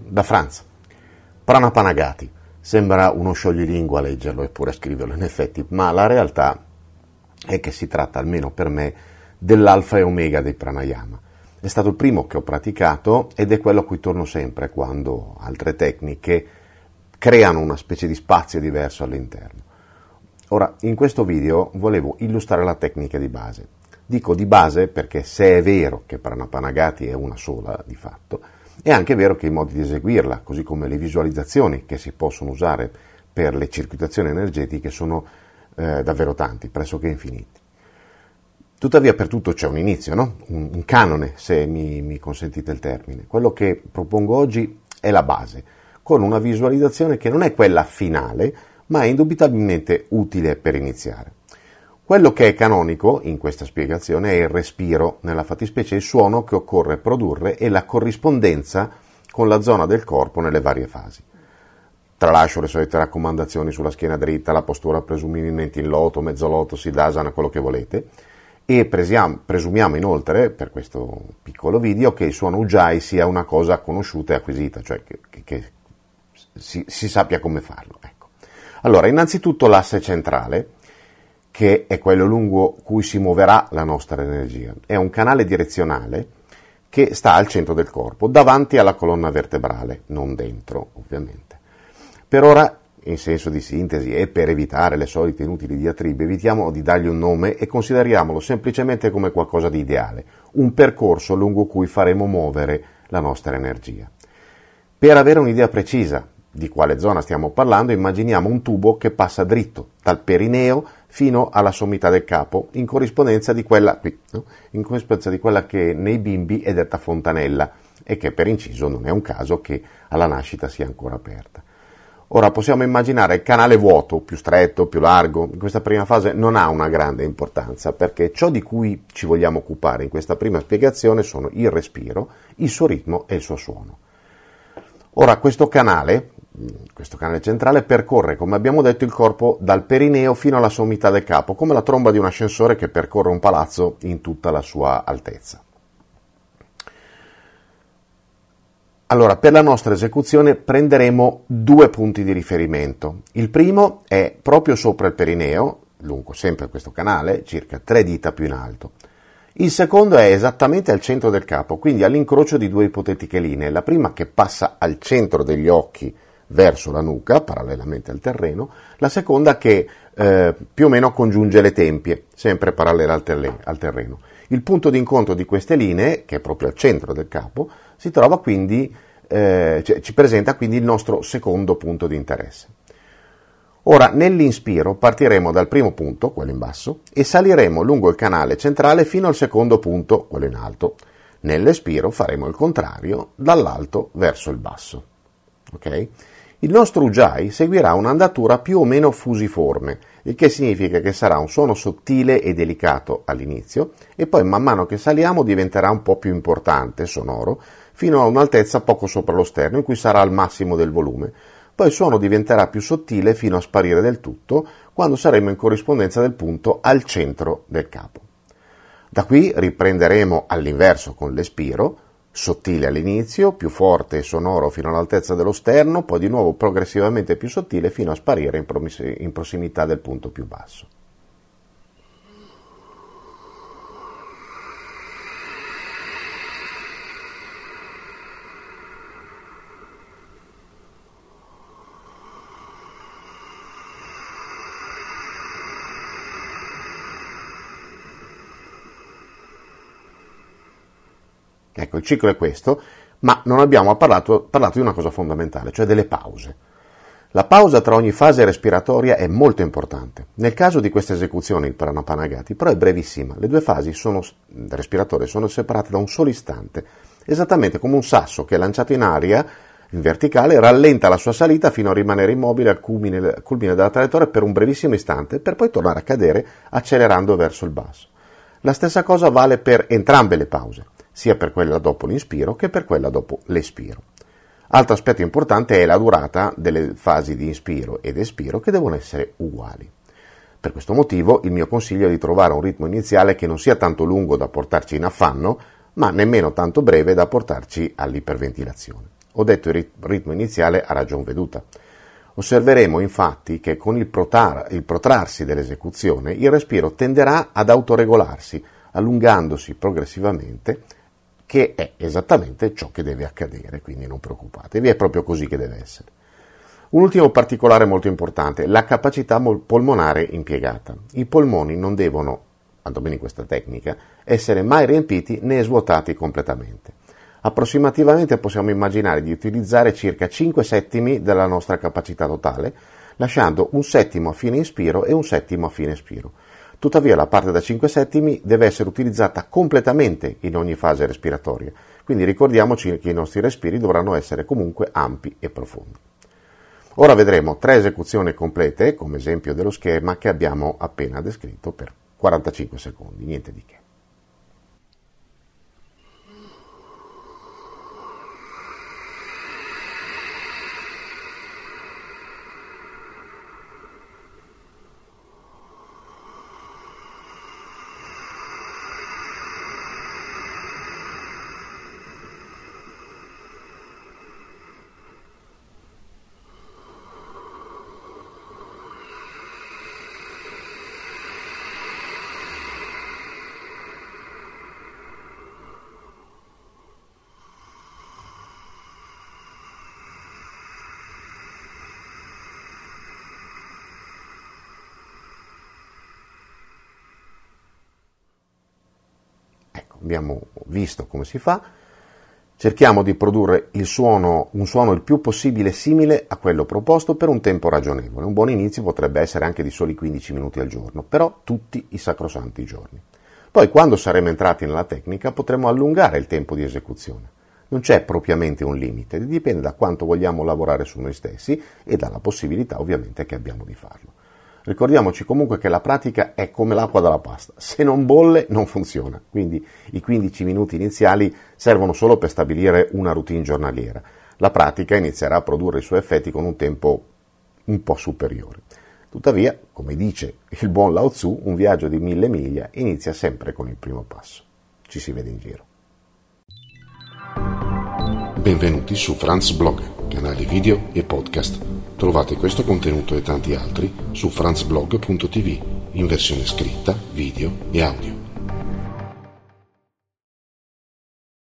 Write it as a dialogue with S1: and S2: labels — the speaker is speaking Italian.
S1: da Franz. Pranapanagati. Sembra uno scioglilingua a leggerlo eppure a scriverlo in effetti, ma la realtà è che si tratta, almeno per me, dell'alfa e omega dei pranayama. È stato il primo che ho praticato ed è quello a cui torno sempre quando altre tecniche creano una specie di spazio diverso all'interno. Ora, in questo video volevo illustrare la tecnica di base. Dico di base perché se è vero che Pranapanagati è una sola, di fatto, è anche vero che i modi di eseguirla, così come le visualizzazioni che si possono usare per le circuitazioni energetiche, sono davvero tanti, pressoché infiniti. Tuttavia per tutto c'è un inizio, no? Un canone, se mi consentite il termine. Quello che propongo oggi è la base, con una visualizzazione che non è quella finale, ma è indubitabilmente utile per iniziare. Quello che è canonico in questa spiegazione è il respiro, nella fattispecie il suono che occorre produrre e la corrispondenza con la zona del corpo nelle varie fasi. Tralascio le solite raccomandazioni sulla schiena dritta, la postura presumibilmente in loto, mezzo loto, siddhasana, quello che volete, e presumiamo inoltre, per questo piccolo video, che il suono Ujjayi sia una cosa conosciuta e acquisita, cioè che si sappia come farlo. Ecco. Allora, innanzitutto l'asse centrale, che è quello lungo cui si muoverà la nostra energia. È un canale direzionale che sta al centro del corpo, davanti alla colonna vertebrale, non dentro, ovviamente. Per ora, in senso di sintesi e per evitare le solite inutili diatribe, evitiamo di dargli un nome e consideriamolo semplicemente come qualcosa di ideale, un percorso lungo cui faremo muovere la nostra energia. Per avere un'idea precisa di quale zona stiamo parlando, immaginiamo un tubo che passa dritto dal perineo fino alla sommità del capo, in corrispondenza di quella qui, no? In corrispondenza di quella che nei bimbi è detta fontanella e che per inciso non è un caso che alla nascita sia ancora aperta. Ora possiamo immaginare il canale vuoto, più stretto, più largo. In questa prima fase non ha una grande importanza perché ciò di cui ci vogliamo occupare in questa prima spiegazione sono il respiro, il suo ritmo e il suo suono. Ora questo canale centrale percorre, come abbiamo detto, il corpo dal perineo fino alla sommità del capo, come la tromba di un ascensore che percorre un palazzo in tutta la sua altezza. Allora, per la nostra esecuzione prenderemo due punti di riferimento. Il primo è proprio sopra il perineo, lungo sempre questo canale, circa 3 dita più in alto. Il secondo è esattamente al centro del capo, quindi all'incrocio di due ipotetiche linee. La prima che passa al centro degli occhi verso la nuca, parallelamente al terreno, la seconda che più o meno congiunge le tempie, sempre parallela al terreno. Il punto di incontro di queste linee, che è proprio al centro del capo, si trova quindi, ci presenta quindi il nostro secondo punto di interesse. Ora, nell'inspiro partiremo dal primo punto, quello in basso, e saliremo lungo il canale centrale fino al secondo punto, quello in alto. Nell'espiro faremo il contrario, dall'alto verso il basso. Ok? Il nostro Ujjayi seguirà un'andatura più o meno fusiforme, il che significa che sarà un suono sottile e delicato all'inizio e poi man mano che saliamo diventerà un po' più importante, sonoro, fino a un'altezza poco sopra lo sterno in cui sarà al massimo del volume. Poi il suono diventerà più sottile fino a sparire del tutto quando saremo in corrispondenza del punto al centro del capo. Da qui riprenderemo all'inverso con l'espiro, sottile all'inizio, più forte e sonoro fino all'altezza dello sterno, poi di nuovo progressivamente più sottile fino a sparire in prossimità del punto più basso. Ecco, il ciclo è questo, ma non abbiamo parlato di una cosa fondamentale, cioè delle pause. La pausa tra ogni fase respiratoria è molto importante. Nel caso di questa esecuzione, il Pranapanagati, però è brevissima. Le due fasi respiratorie sono separate da un solo istante, esattamente come un sasso che lanciato in aria, in verticale, rallenta la sua salita fino a rimanere immobile al culmine della traiettoria per un brevissimo istante, per poi tornare a cadere accelerando verso il basso. La stessa cosa vale per entrambe le pause, sia per quella dopo l'inspiro che per quella dopo l'espiro. Altro aspetto importante è la durata delle fasi di inspiro ed espiro, che devono essere uguali. Per questo motivo il mio consiglio è di trovare un ritmo iniziale che non sia tanto lungo da portarci in affanno, ma nemmeno tanto breve da portarci all'iperventilazione. Ho detto il ritmo iniziale a ragion veduta. Osserveremo infatti che con il protrarsi dell'esecuzione il respiro tenderà ad autoregolarsi, allungandosi progressivamente, che è esattamente ciò che deve accadere, quindi non preoccupatevi, è proprio così che deve essere. Un ultimo particolare molto importante, la capacità polmonare impiegata. I polmoni non devono, quantomeno in questa tecnica, essere mai riempiti né svuotati completamente. Approssimativamente possiamo immaginare di utilizzare circa 5 settimi della nostra capacità totale, lasciando un settimo a fine inspiro e un settimo a fine espiro. Tuttavia la parte da 5 settimi deve essere utilizzata completamente in ogni fase respiratoria, quindi ricordiamoci che i nostri respiri dovranno essere comunque ampi e profondi. Ora vedremo 3 esecuzioni complete, come esempio dello schema che abbiamo appena descritto per 45 secondi, niente di che. Abbiamo visto come si fa, cerchiamo di produrre un suono il più possibile simile a quello proposto per un tempo ragionevole. Un buon inizio potrebbe essere anche di soli 15 minuti al giorno, però tutti i sacrosanti giorni. Poi quando saremo entrati nella tecnica potremo allungare il tempo di esecuzione. Non c'è propriamente un limite, dipende da quanto vogliamo lavorare su noi stessi e dalla possibilità ovviamente che abbiamo di farlo. Ricordiamoci comunque che la pratica è come l'acqua della pasta, se non bolle non funziona, quindi i 15 minuti iniziali servono solo per stabilire una routine giornaliera. La pratica inizierà a produrre i suoi effetti con un tempo un po' superiore. Tuttavia, come dice il buon Lao Tzu, un viaggio di 1000 miglia inizia sempre con il primo passo. Ci si vede in giro.
S2: Benvenuti su Franz Blog, canale video e podcast. Trovate questo contenuto e tanti altri su franzblog.tv in versione scritta, video e audio.